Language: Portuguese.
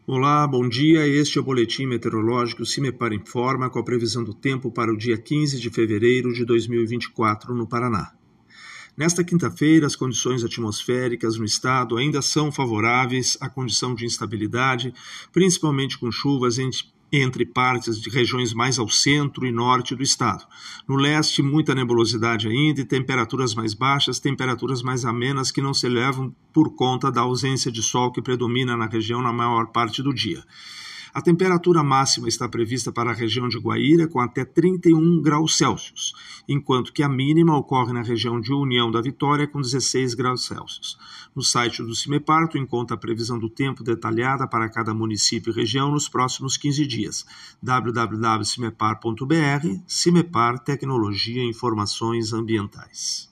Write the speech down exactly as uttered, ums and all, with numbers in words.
Olá, bom dia. Este é o boletim meteorológico CIMEPAR Informa com a previsão do tempo para o dia quinze de fevereiro de dois mil e vinte e quatro no Paraná. Nesta quinta-feira, as condições atmosféricas no estado ainda são favoráveis à condição de instabilidade, principalmente com chuvas entre entre partes de regiões mais ao centro e norte do estado. No leste, muita nebulosidade ainda e temperaturas mais baixas, temperaturas mais amenas que não se elevam por conta da ausência de sol que predomina na região na maior parte do dia. A temperatura máxima está prevista para a região de Guaíra com até trinta e um graus Celsius, enquanto que a mínima ocorre na região de União da Vitória com dezesseis graus Celsius. No site do CIMEPAR, tu encontra a previsão do tempo detalhada para cada município e região nos próximos quinze dias. w w w ponto cimepar ponto b r, CIMEPAR Tecnologia e Informações Ambientais.